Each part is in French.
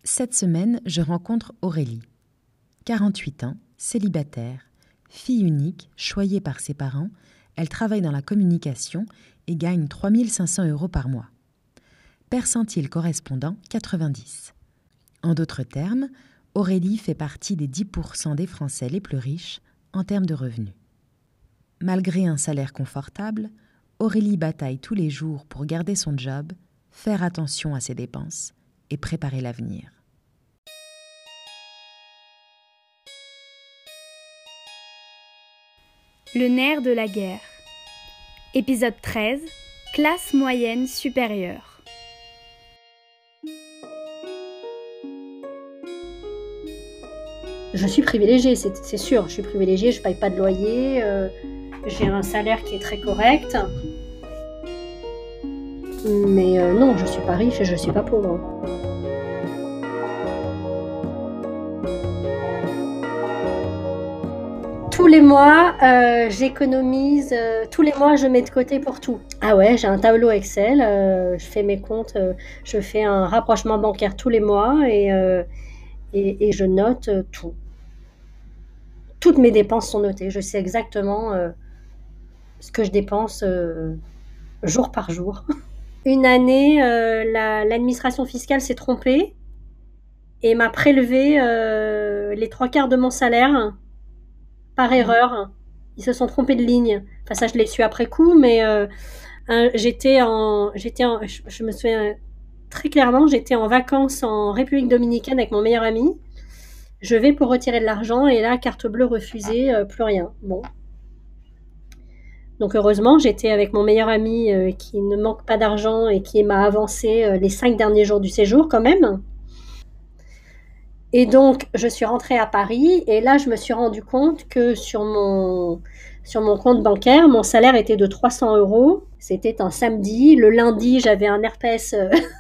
Cette semaine, je rencontre Aurélie. 48 ans, célibataire, fille unique, choyée par ses parents, elle travaille dans la communication et gagne 3 500 € par mois. Percentile correspondant 90. En d'autres termes, Aurélie fait partie des 10% des Français les plus riches en termes de revenus. Malgré un salaire confortable, Aurélie bataille tous les jours pour garder son job, faire attention à ses dépenses et préparer l'avenir. Le nerf de la guerre. Épisode 13. Classe moyenne supérieure. Je suis privilégiée, c'est sûr. Je suis privilégiée, je ne paye pas de loyer, j'ai un salaire qui est très correct. Mais non, je ne suis pas riche et je ne suis pas pauvre. Tous les mois, j'économise. Tous les mois, je mets de côté pour tout. Ah ouais, j'ai un tableau Excel, je fais mes comptes, je fais un rapprochement bancaire tous les mois et je note tout. Toutes mes dépenses sont notées. Je sais exactement ce que je dépense jour par jour. Une année, l'administration fiscale s'est trompée et m'a prélevé les 3/4 de mon salaire par erreur. Ils se sont trompés de ligne. Enfin, ça, je l'ai su après coup, mais je me souviens très clairement, j'étais en vacances en République dominicaine avec mon meilleur ami. Je vais pour retirer de l'argent et là, carte bleue refusée, plus rien. Bon. Donc heureusement, j'étais avec mon meilleur ami qui ne manque pas d'argent et qui m'a avancé les 5 derniers jours du séjour quand même. Et donc, je suis rentrée à Paris et là, je me suis rendu compte que sur mon compte bancaire, mon salaire était de 300 €. C'était un samedi. Le lundi, j'avais un herpès.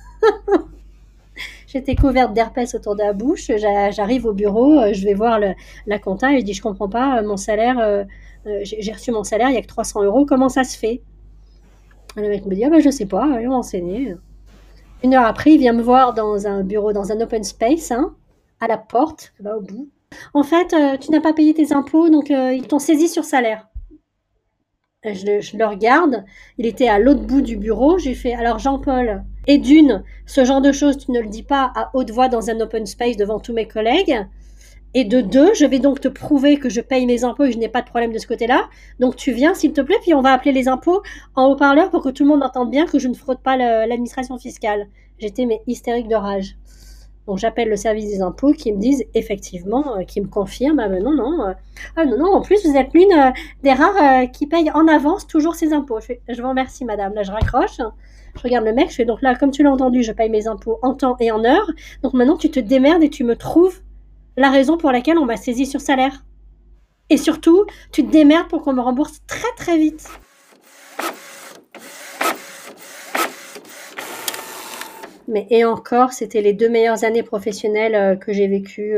J'étais couverte d'herpès autour de la bouche. J'arrive au bureau, je vais voir la compta et je dis « Je comprends pas, mon salaire, j'ai reçu mon salaire, il n'y a que 300 €, comment ça se fait ?» Le mec me dit « Ah ben je sais pas, allez m'enseigner. » 1 heure après, il vient me voir dans un bureau, dans un open space, à la porte, là au bout. « En fait, tu n'as pas payé tes impôts, donc ils t'ont saisi sur salaire. » Je le regarde, il était à l'autre bout du bureau, j'ai fait « Alors Jean-Paul, et d'une, ce genre de choses, tu ne le dis pas à haute voix dans un open space devant tous mes collègues. Et de deux, je vais donc te prouver que je paye mes impôts et que je n'ai pas de problème de ce côté-là. Donc tu viens, s'il te plaît, puis on va appeler les impôts en haut-parleur pour que tout le monde entende bien que je ne fraude pas l'administration fiscale. » J'étais hystérique de rage. Donc j'appelle le service des impôts qui me disent effectivement, qui me confirment, ah ben non, en plus vous êtes l'une des rares qui paye en avance toujours ses impôts. Je vous remercie madame, là je raccroche, je regarde le mec, je fais donc là comme tu l'as entendu, je paye mes impôts en temps et en heure, donc maintenant tu te démerdes et tu me trouves la raison pour laquelle on m'a saisi sur salaire. Et surtout, tu te démerdes pour qu'on me rembourse très très vite. Mais et encore, c'était les 2 meilleures années professionnelles que j'ai vécues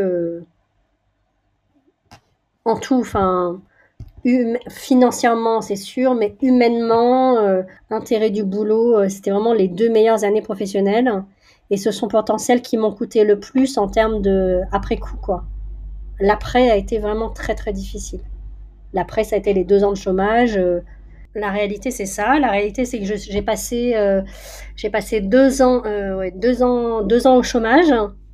en tout. Enfin, financièrement, c'est sûr, mais humainement, intérêt du boulot, c'était vraiment les 2 meilleures années professionnelles. Et ce sont pourtant celles qui m'ont coûté le plus en termes de après-coup, quoi. L'après a été vraiment très très difficile. L'après, ça a été les 2 ans de chômage. La réalité, c'est ça. La réalité, c'est que j'ai passé 2 ans, 2 ans au chômage.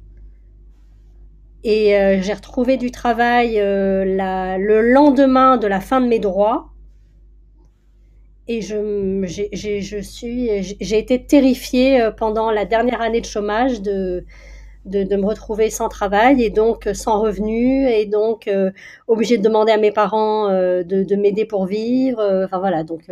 Et j'ai retrouvé du travail le lendemain de la fin de mes droits. Et j'ai été terrifiée pendant la dernière année de chômage de me retrouver sans travail et donc sans revenu et donc obligée de demander à mes parents de m'aider pour vivre. Enfin voilà, donc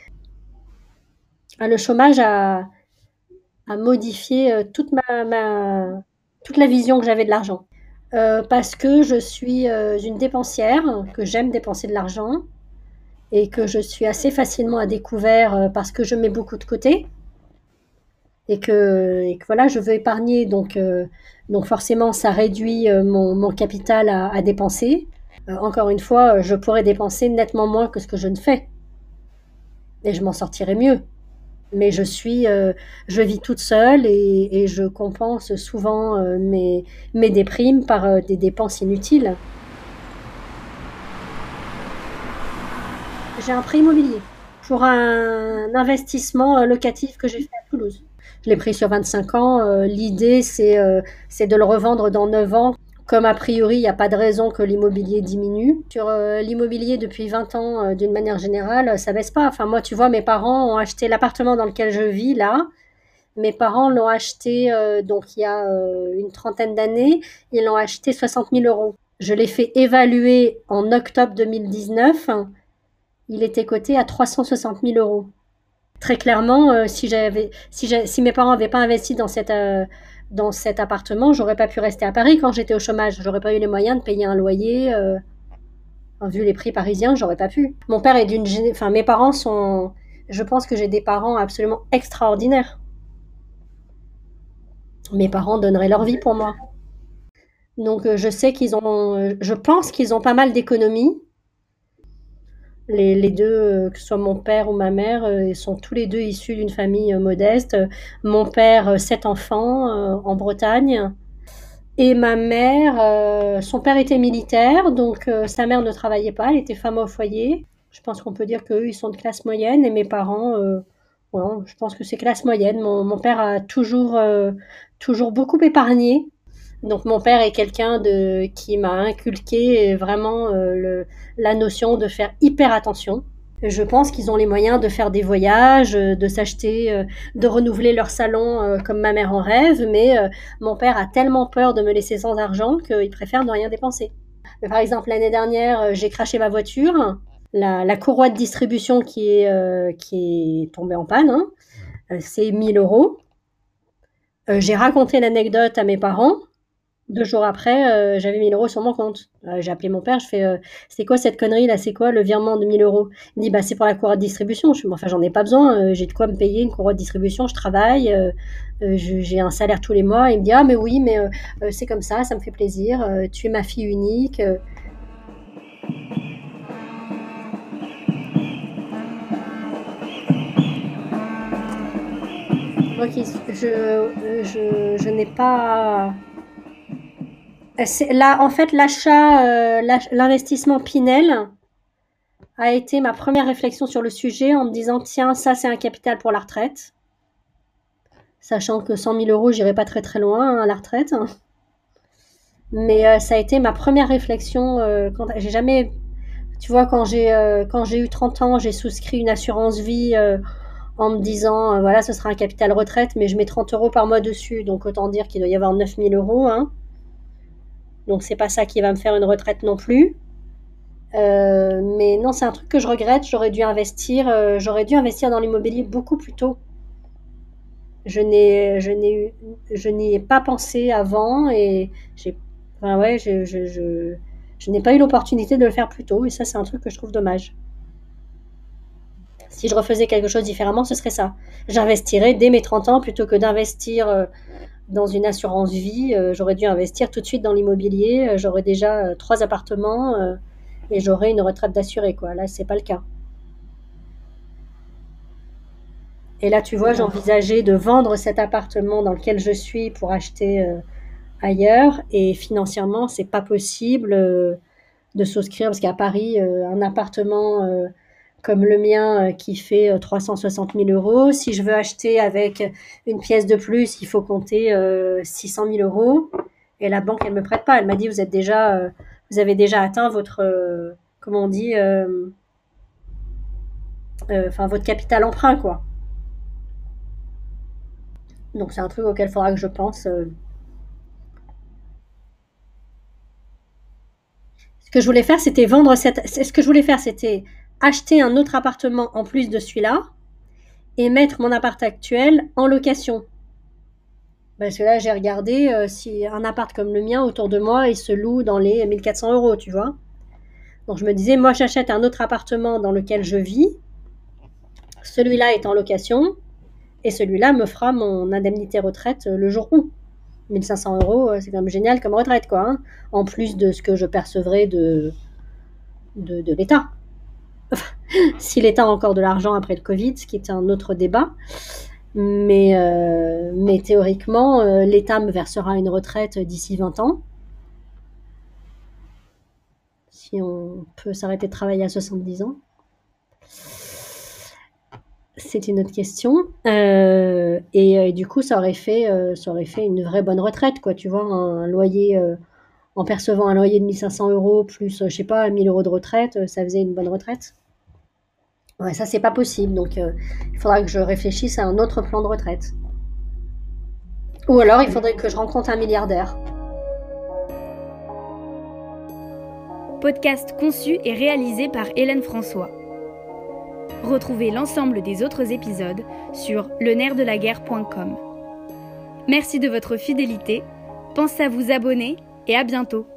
le chômage a modifié toute la vision que j'avais de l'argent. Parce que je suis une dépensière, que j'aime dépenser de l'argent et que je suis assez facilement à découvert parce que je mets beaucoup de côté. Et que voilà, je veux épargner, donc forcément ça réduit mon capital à dépenser. Encore une fois, je pourrais dépenser nettement moins que ce que je ne fais et je m'en sortirais mieux. Mais je vis toute seule et je compense souvent mes déprimes par des dépenses inutiles. J'ai un prêt immobilier pour un investissement locatif que j'ai fait à Toulouse. Je l'ai pris sur 25 ans. L'idée, c'est de le revendre dans 9 ans. Comme a priori, il n'y a pas de raison que l'immobilier diminue. Sur l'immobilier depuis 20 ans, d'une manière générale, ça baisse pas. Enfin, moi, tu vois, mes parents ont acheté l'appartement dans lequel je vis, là. Mes parents l'ont acheté donc il y a une trentaine d'années. Ils l'ont acheté 60 000 euros. Je l'ai fait évaluer en octobre 2019. Il était coté à 360 000 euros. Très clairement, si mes parents n'avaient pas investi dans cet appartement, j'aurais pas pu rester à Paris quand j'étais au chômage. J'aurais pas eu les moyens de payer un loyer. Vu les prix parisiens, j'aurais pas pu. Mon père est enfin, mes parents sont. Je pense que j'ai des parents absolument extraordinaires. Mes parents donneraient leur vie pour moi. Donc, je pense qu'ils ont pas mal d'économies. Les deux, que ce soit mon père ou ma mère, ils sont tous les deux issus d'une famille modeste. Mon père, 7 enfants en Bretagne. Et ma mère, son père était militaire, donc sa mère ne travaillait pas, elle était femme au foyer. Je pense qu'on peut dire qu'eux, ils sont de classe moyenne. Et mes parents, ouais, je pense que c'est classe moyenne. Mon père a toujours beaucoup épargné. Donc mon père est quelqu'un qui m'a inculqué vraiment la notion de faire hyper attention. Je pense qu'ils ont les moyens de faire des voyages, de s'acheter, de renouveler leur salon comme ma mère en rêve, mais mon père a tellement peur de me laisser sans argent qu'il préfère ne rien dépenser. Par exemple, l'année dernière, j'ai crashé ma voiture, la courroie de distribution qui est tombée en panne, hein, c'est 1000 euros. J'ai raconté l'anecdote à mes parents. 2 jours après, j'avais 1000 euros sur mon compte. J'ai appelé mon père, je fais c'est quoi cette connerie là? C'est quoi le virement de 1000 euros? Il me dit bah c'est pour la courroie de distribution. Je fais enfin j'en ai pas besoin, j'ai de quoi me payer une courroie de distribution, je travaille, j'ai un salaire tous les mois. Il me dit ah mais oui, mais c'est comme ça me fait plaisir, tu es ma fille unique. Ok, je n'ai pas. Là, en fait, l'investissement Pinel a été ma première réflexion sur le sujet en me disant tiens, ça c'est un capital pour la retraite. Sachant que 100 000 euros, j'irai pas très très loin hein, à la retraite. Mais ça a été ma première réflexion. J'ai jamais. Tu vois, quand j'ai eu 30 ans, j'ai souscrit une assurance vie en me disant voilà, ce sera un capital retraite, mais je mets 30 euros par mois dessus. Donc autant dire qu'il doit y avoir 9 000 euros. Hein. Donc c'est pas ça qui va me faire une retraite non plus. Mais non, c'est un truc que je regrette. J'aurais dû investir dans l'immobilier beaucoup plus tôt. Je n'y ai pas pensé avant et enfin ouais, je n'ai pas eu l'opportunité de le faire plus tôt et ça, c'est un truc que je trouve dommage. Si je refaisais quelque chose différemment, ce serait ça. J'investirais dès mes 30 ans plutôt que d'investir dans une assurance vie. J'aurais dû investir tout de suite dans l'immobilier. J'aurais déjà 3 appartements et j'aurais une retraite d'assurée, quoi. Là, c'est pas le cas. Et là, tu vois, j'envisageais de vendre cet appartement dans lequel je suis pour acheter ailleurs. Et financièrement, c'est pas possible de souscrire parce qu'à Paris, un appartement comme le mien qui fait 360 000 euros, si je veux acheter avec une pièce de plus, il faut compter 600 000 euros. Et la banque, elle me prête pas. Elle m'a dit, vous avez déjà atteint votre, comment on dit, enfin votre capital emprunt, quoi. Donc c'est un truc auquel il faudra que je pense. Ce que je voulais faire, c'était ce que je voulais faire, c'était acheter un autre appartement en plus de celui-là et mettre mon appart actuel en location. Parce que là, j'ai regardé si un appart comme le mien autour de moi, il se loue dans les 1400 euros, tu vois. Donc je me disais, moi, j'achète un autre appartement dans lequel je vis. Celui-là est en location et celui-là me fera mon indemnité retraite le jour où. 1500 euros, c'est quand même génial comme retraite, quoi. Hein, en plus de ce que je percevrai de l'État. si l'État a encore de l'argent après le Covid, ce qui est un autre débat. Mais théoriquement, l'État me versera une retraite d'ici 20 ans. Si on peut s'arrêter de travailler à 70 ans. C'est une autre question. Et du coup, ça aurait fait une vraie bonne retraite, quoi. Tu vois, un loyer, en percevant un loyer de 1 500 € plus, je sais pas, 1 000 € de retraite, ça faisait une bonne retraite. Ouais, ça, c'est pas possible. Donc, il faudra que je réfléchisse à un autre plan de retraite. Ou alors, il faudrait que je rencontre un milliardaire. Podcast conçu et réalisé par Hélène François. Retrouvez l'ensemble des autres épisodes sur lenerfdelaguerre.com. Merci de votre fidélité, pensez à vous abonner et à bientôt.